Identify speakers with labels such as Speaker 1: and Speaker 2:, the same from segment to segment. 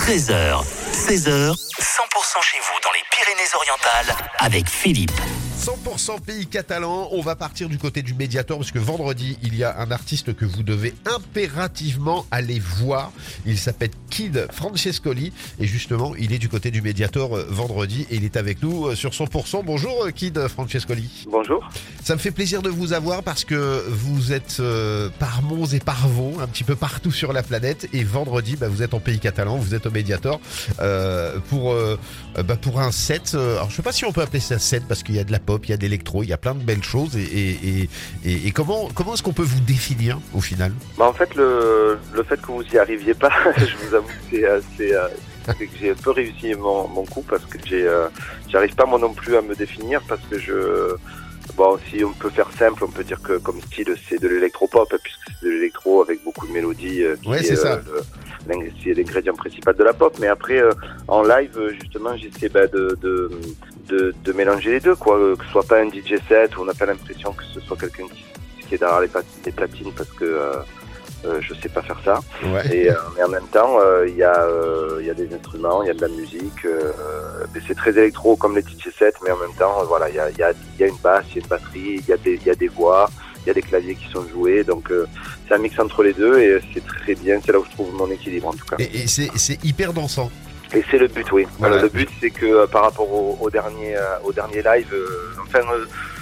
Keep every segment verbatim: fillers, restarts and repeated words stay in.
Speaker 1: treize heures, seize heures, cent pour cent chez vous dans les Pyrénées-Orientales avec Philippe.
Speaker 2: cent pour cent pays catalan, on va partir du côté du Mediator parce que vendredi, il y a un artiste que vous devez impérativement aller voir. Il s'appelle Kid Francescoli et justement, il est du côté du Mediator vendredi et il est avec nous sur cent pour cent. Bonjour Kid Francescoli.
Speaker 3: Bonjour.
Speaker 2: Ça me fait plaisir de vous avoir parce que vous êtes euh, par Mons et par Vaux, un petit peu partout sur la planète et vendredi, bah, vous êtes en pays catalan, vous êtes au Mediator euh, pour, euh, bah, pour un set. Euh, alors je sais pas si on peut appeler ça set parce qu'il y a de la pop, il y a de l'électro, il y a plein de belles choses et, et, et, et, et comment, comment est-ce qu'on peut vous définir au final?
Speaker 3: Bah en fait le, le fait que vous y arriviez pas, je vous avoue que c'est, c'est, c'est que j'ai un peu réussi mon, mon coup parce que j'ai, euh, j'arrive pas moi non plus à me définir parce que je... Bon, si on peut faire simple, on peut dire que comme style c'est de l'électropop puisque c'est de l'électro avec beaucoup de mélodies euh, qui
Speaker 2: ouais, c'est
Speaker 3: est,
Speaker 2: ça.
Speaker 3: Euh, le, c'est l'ingrédient principal de la pop. Mais après euh, en live justement j'essaie bah, de, de, de, de mélanger les deux quoi, que ce soit pas un D J set où on n'a pas l'impression que ce soit quelqu'un qui, qui est derrière les, pat- les platines parce que euh, Euh, je sais pas faire ça.
Speaker 2: Ouais.
Speaker 3: Et, euh, mais en même temps, il euh, y, euh, y a des instruments, il y a de la musique. Euh, c'est très électro comme les D J sets, mais en même temps, euh, voilà, il y a, y, a, y a une basse, il y a une batterie, il y a des, y a des voix, il y a des claviers qui sont joués. Donc euh, c'est un mix entre les deux et c'est très bien. C'est là où je trouve mon équilibre en tout cas.
Speaker 2: Et, et c'est, c'est hyper dansant.
Speaker 3: Et c'est le but, oui.
Speaker 2: Voilà.
Speaker 3: Euh, le but, c'est que euh, par rapport au, au dernier, euh, au dernier live, euh, enfin. Euh,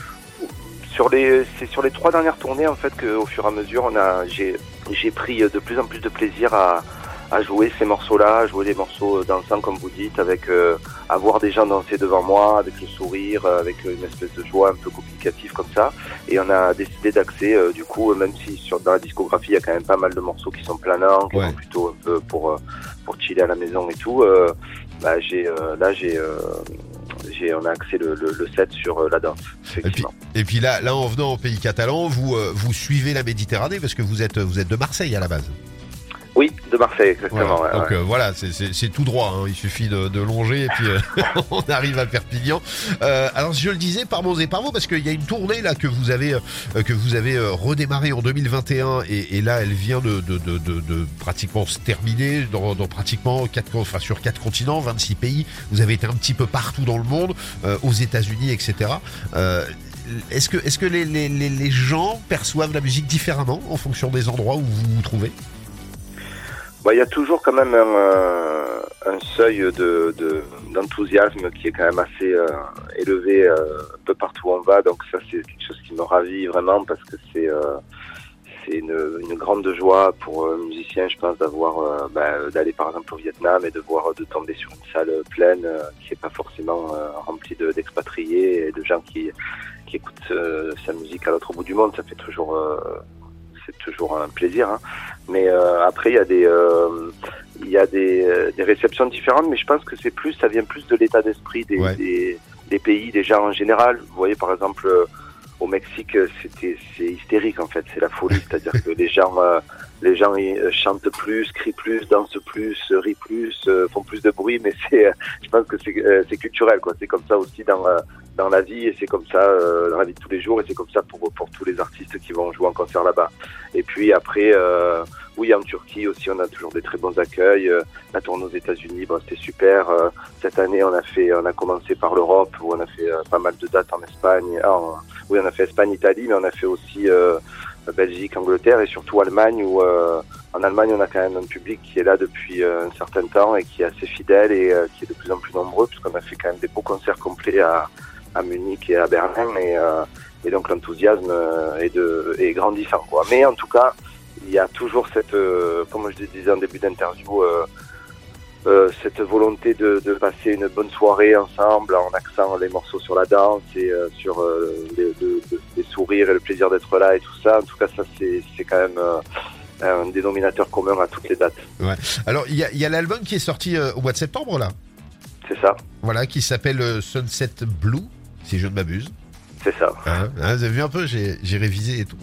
Speaker 3: Sur les, c'est sur les trois dernières tournées en fait qu'au fur et à mesure on a, j'ai, j'ai pris de plus en plus de plaisir à, à jouer ces morceaux-là, à jouer des morceaux dansants comme vous dites, avec euh, à voir des gens danser devant moi, avec le sourire, avec une espèce de joie un peu communicative comme ça. Et on a décidé d'axer euh, du coup, même si sur dans la discographie il y a quand même pas mal de morceaux qui sont planants, qui
Speaker 2: ouais.
Speaker 3: sont plutôt un peu pour pour chiller à la maison et tout. Euh, bah j'ai euh, là j'ai euh, J'ai, on a axé le, le, le set sur euh, la danse, effectivement.
Speaker 2: Et puis, et puis là, là, en venant au pays catalan, vous, euh, vous suivez la Méditerranée parce que vous êtes, vous êtes de Marseille à la base.
Speaker 3: Oui, de Marseille, exactement.
Speaker 2: Voilà.
Speaker 3: Ouais,
Speaker 2: Donc
Speaker 3: ouais.
Speaker 2: euh, voilà, c'est, c'est, c'est tout droit. Hein. Il suffit de, de longer et puis euh, on arrive à Perpignan. Euh, alors je le disais, par Mons et par Vaux, parce qu'il y a une tournée là que vous avez, euh, que vous avez euh, redémarré en deux mille vingt et un et, et là, elle vient de, de, de, de, de pratiquement se terminer dans, dans pratiquement quatre, enfin sur quatre continents, vingt-six pays. Vous avez été un petit peu partout dans le monde, euh, aux États-Unis, et cetera. Euh, Est-ce que, est-ce que les, les, les, les gens perçoivent la musique différemment en fonction des endroits où vous vous trouvez?
Speaker 3: Bah, il y a toujours quand même un, euh, un seuil de, de, d'enthousiasme qui est quand même assez euh, élevé euh, un peu partout où on va. Donc ça, c'est quelque chose qui me ravit vraiment parce que c'est, euh, c'est une, une grande joie pour un musicien, je pense, d'avoir euh, bah, d'aller par exemple au Vietnam et de voir de tomber sur une salle pleine euh, qui n'est pas forcément euh, remplie de, d'expatriés et de gens qui, qui écoutent euh, sa musique à l'autre bout du monde. Ça fait toujours... Euh, c'est toujours un plaisir, hein. Mais euh, après il y a des euh, il y a des, euh, des réceptions différentes, mais je pense que c'est plus, ça vient plus de l'état d'esprit des,
Speaker 2: ouais.
Speaker 3: des, des pays, des gens en général. Vous voyez par exemple euh, au Mexique, c'était c'est hystérique en fait, c'est la folie, c'est-à-dire que les gens euh, les gens euh, chantent plus, crient plus, dansent plus, rient plus, euh, font plus de bruit, mais c'est, euh, je pense que c'est, euh, c'est culturel quoi. C'est comme ça aussi dans euh, dans la vie et c'est comme ça euh, dans la vie de tous les jours et c'est comme ça pour pour tous les artistes qui vont jouer en concert là-bas. Et puis après, euh, oui, en Turquie aussi, on a toujours des très bons accueils. Euh, la tournée aux États-Unis, bon, c'était super. Euh, cette année, on a fait, on a commencé par l'Europe où on a fait euh, pas mal de dates en Espagne. Ah, en, oui, on a fait Espagne, Italie, mais on a fait aussi euh, Belgique, Angleterre et surtout Allemagne où euh, en Allemagne, on a quand même un public qui est là depuis euh, un certain temps et qui est assez fidèle et euh, qui est de plus en plus nombreux puisqu'on a fait quand même des beaux concerts complets à à Munich et à Berlin et, euh, et donc l'enthousiasme est, de, est grandissant quoi. Mais en tout cas il y a toujours cette, euh, comme je disais en début d'interview, euh, euh, cette volonté de, de passer une bonne soirée ensemble en axant les morceaux sur la danse et euh, sur euh, les, de, de, les sourires et le plaisir d'être là et tout ça. En tout cas ça c'est, c'est quand même euh, un dénominateur commun à toutes les dates.
Speaker 2: Ouais. Alors il y a, y a l'album qui est sorti euh, au mois de septembre là.
Speaker 3: C'est ça.
Speaker 2: Voilà, qui s'appelle euh, Sunset Blue. Si je ne m'abuse.
Speaker 3: C'est ça.
Speaker 2: Hein, hein, vous avez vu un peu, j'ai, j'ai révisé et tout.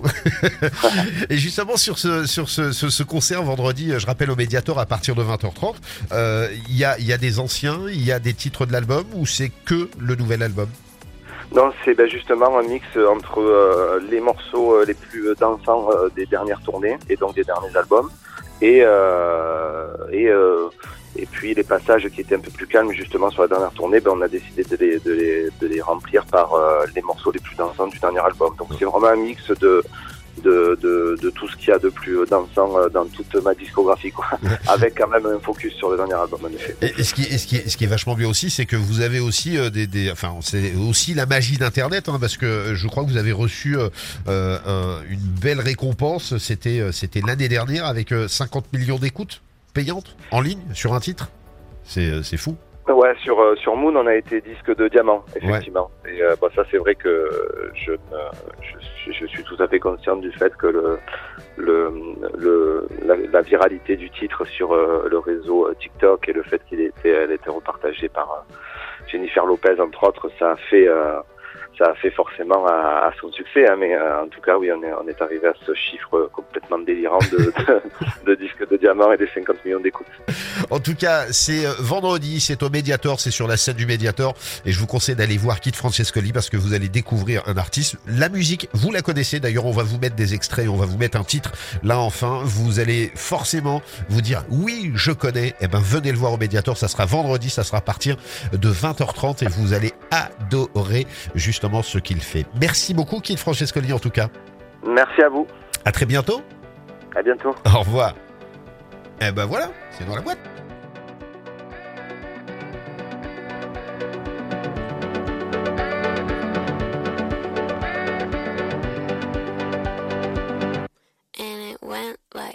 Speaker 2: Et justement sur ce sur ce, ce, ce concert vendredi, je rappelle au Mediator à partir de vingt heures trente, il euh, y a il y a des anciens, il y a des titres de l'album ou c'est que le nouvel album?
Speaker 3: Non, c'est ben justement un mix entre euh, les morceaux euh, les plus dansants euh, des dernières tournées et donc des derniers albums et euh, et euh, Et puis les passages qui étaient un peu plus calmes justement sur la dernière tournée, ben, on a décidé de les, de les, de les remplir par euh, les morceaux les plus dansants du dernier album. Donc c'est vraiment un mix de, de, de, de tout ce qu'il y a de plus dansant euh, dans toute ma discographie, quoi. Avec quand même un focus sur le dernier album en effet.
Speaker 2: Et, et, ce, qui, et ce, qui est, ce qui est vachement bien aussi, c'est que vous avez aussi euh, des, des, enfin c'est aussi la magie d'Internet, hein, parce que je crois que vous avez reçu euh, un, une belle récompense. C'était, c'était l'année dernière avec euh, cinquante millions d'écoutes payantes en ligne sur un titre. C'est, c'est fou.
Speaker 3: Ouais, sur euh, sur Moon, on a été disque de diamant, effectivement. Ouais. Et euh, bah, ça, c'est vrai que je, je je suis tout à fait conscient du fait que le le le la, la viralité du titre sur euh, le réseau TikTok et le fait qu'il était elle était repartagée par euh, Jennifer Lopez entre autres, ça a fait euh, ça a fait forcément à, à son succès, hein, mais euh, en tout cas, oui, on est, on est arrivé à ce chiffre complètement délirant de, de, de disques de diamant et des cinquante millions d'écoutes.
Speaker 2: En tout cas, c'est vendredi, c'est au Mediator, c'est sur la scène du Mediator, et je vous conseille d'aller voir Kid Francescoli parce que vous allez découvrir un artiste. La musique, vous la connaissez, d'ailleurs, on va vous mettre des extraits, on va vous mettre un titre. Là, enfin, vous allez forcément vous dire, oui, je connais, eh ben, venez le voir au Mediator, ça sera vendredi, ça sera à partir de vingt heures trente, et vous allez adorer, justement, ce qu'il fait. Merci beaucoup, Kid Francescoli, en tout cas.
Speaker 3: Merci à vous.
Speaker 2: À très bientôt.
Speaker 3: À bientôt.
Speaker 2: Au revoir. Eh ben voilà, c'est dans la boîte.
Speaker 4: And it went like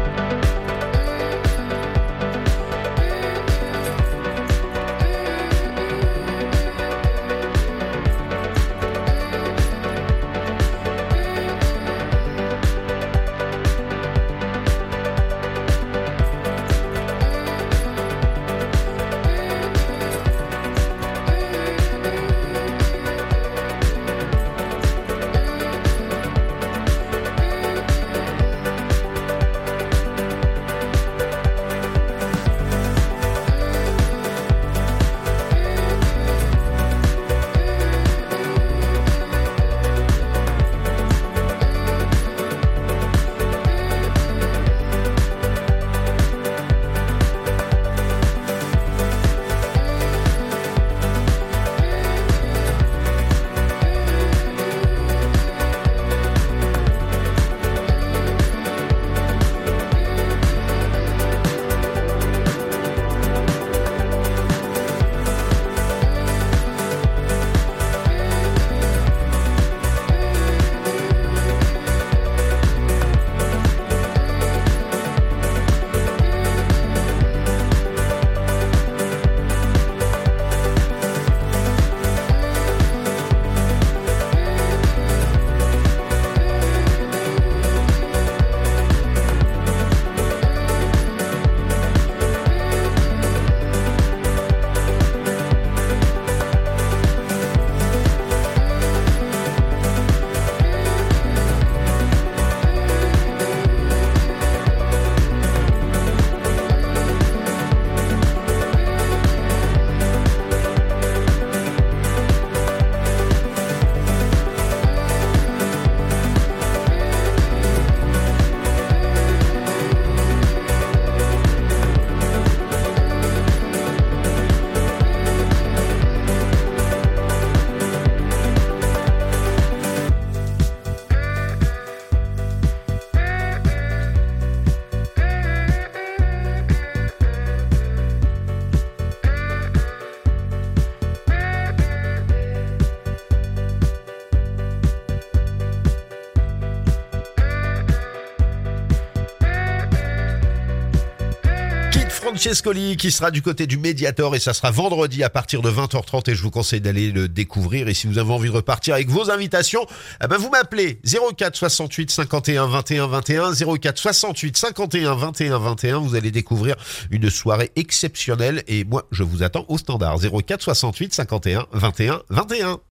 Speaker 2: Francescoli qui sera du côté du Mediator et ça sera vendredi à partir de vingt heures trente et je vous conseille d'aller le découvrir. Et si vous avez envie de repartir avec vos invitations, eh ben vous m'appelez zéro quatre soixante-huit cinquante et un vingt et un vingt et un, zéro quatre soixante-huit cinquante et un vingt et un vingt et un. Vous allez découvrir une soirée exceptionnelle et moi je vous attends au standard zéro quatre soixante-huit cinquante et un vingt et un vingt et un.